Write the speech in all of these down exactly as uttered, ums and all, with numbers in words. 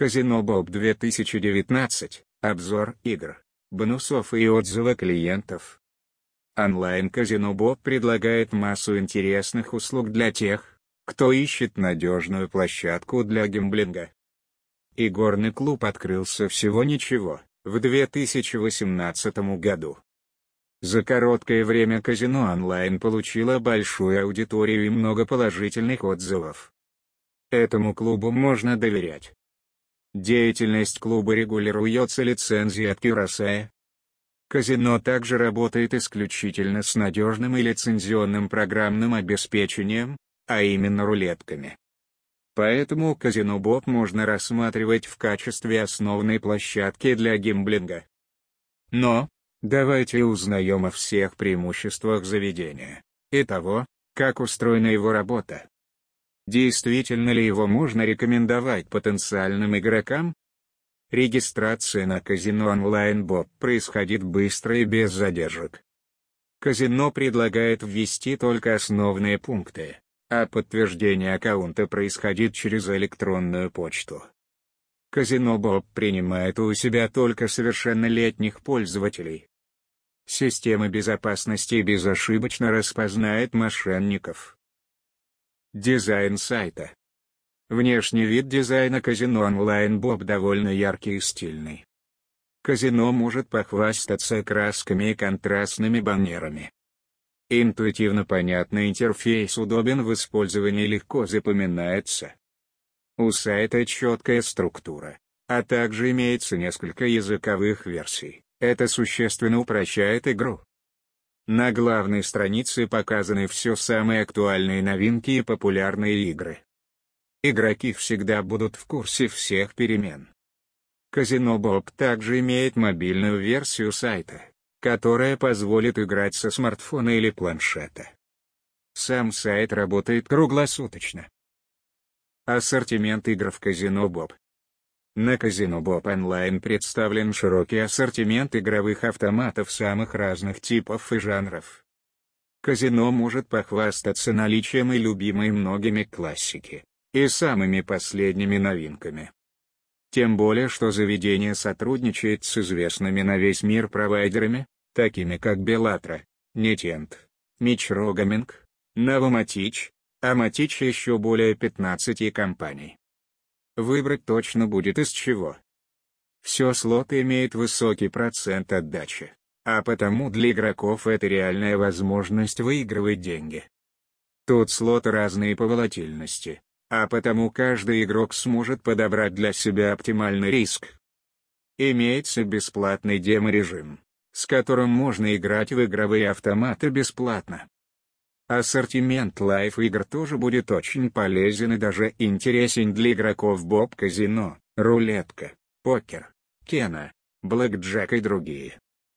Казино Боб две тысячи девятнадцать. Обзор игр, бонусов и отзывы клиентов. Онлайн-казино Боб предлагает массу интересных услуг для тех, кто ищет надежную площадку для гэмблинга. Игорный клуб открылся всего ничего, в две тысячи восемнадцатом году. За короткое время казино онлайн получило большую аудиторию и много положительных отзывов. Этому клубу можно доверять. Деятельность клуба регулируется лицензией от Curaçao. Казино также работает исключительно с надежным и лицензионным программным обеспечением, а именно рулетками. Поэтому казино Боб можно рассматривать в качестве основной площадки для гэмблинга. Но, давайте узнаем о всех преимуществах заведения и того, как устроена его работа. Действительно ли его можно рекомендовать потенциальным игрокам? Регистрация на казино онлайн Боб происходит быстро и без задержек. Казино предлагает ввести только основные пункты, а подтверждение аккаунта происходит через электронную почту. Казино Боб принимает у себя только совершеннолетних пользователей. Система безопасности безошибочно распознает мошенников. Дизайн сайта. Внешний вид дизайна казино онлайн Боб довольно яркий и стильный. Казино может похвастаться красками и контрастными баннерами. Интуитивно понятный интерфейс удобен в использовании и легко запоминается. У сайта четкая структура, а также имеется несколько языковых версий. Это существенно упрощает игру. На главной странице показаны все самые актуальные новинки и популярные игры. Игроки всегда будут в курсе всех перемен. Казино Боб также имеет мобильную версию сайта, которая позволит играть со смартфона или планшета. Сам сайт работает круглосуточно. Ассортимент игр в казино Боб. На казино Боб онлайн представлен широкий ассортимент игровых автоматов самых разных типов и жанров. Казино может похвастаться наличием и любимой многими классики, и самыми последними новинками. Тем более, что заведение сотрудничает с известными на весь мир провайдерами, такими как Беллатра, Нетент, Мичро Гаминг, Новоматич, а Матич и еще более пятнадцати компаний. Выбрать точно будет из чего. Все слоты имеют высокий процент отдачи, а потому для игроков это реальная возможность выигрывать деньги. Тут слоты разные по волатильности, а потому каждый игрок сможет подобрать для себя оптимальный риск. Имеется бесплатный демо-режим, с которым можно играть в игровые автоматы бесплатно. Ассортимент лайв-игр тоже будет очень полезен и даже интересен для игроков Боб казино, рулетка, покер, кена, блэкджек и другие.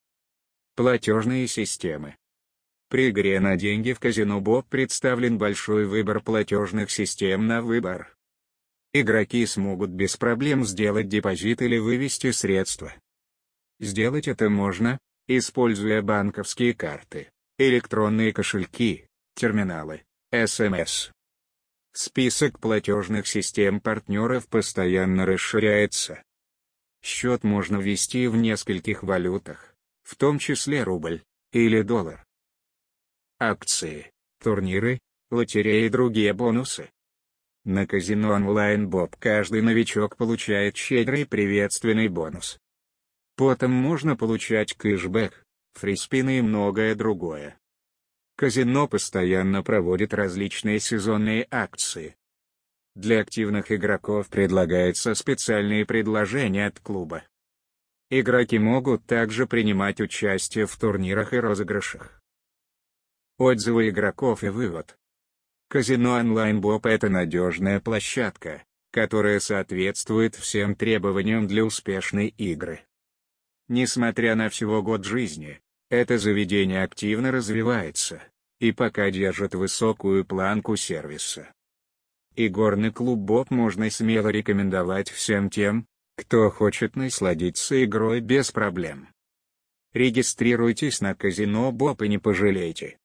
Платежные системы. При игре на деньги в казино Боб представлен большой выбор платежных систем на выбор. Игроки смогут без проблем сделать депозит или вывести средства. Сделать это можно, используя банковские карты, электронные кошельки, терминалы, эс эм эс. Список платежных систем партнеров постоянно расширяется. Счет можно ввести в нескольких валютах, в том числе рубль или доллар. Акции, турниры, лотереи и другие бонусы. На казино онлайн Боб каждый новичок получает щедрый приветственный бонус. Потом можно получать кэшбэк, фриспины и многое другое. Казино постоянно проводит различные сезонные акции. Для активных игроков предлагаются специальные предложения от клуба. Игроки могут также принимать участие в турнирах и розыгрышах. Отзывы игроков и вывод. Казино онлайн Боб — это надежная площадка, которая соответствует всем требованиям для успешной игры. Несмотря на всего год жизни, это заведение активно развивается, и пока держит высокую планку сервиса. Игорный клуб Боб можно смело рекомендовать всем тем, кто хочет насладиться игрой без проблем. Регистрируйтесь на казино Боб и не пожалейте.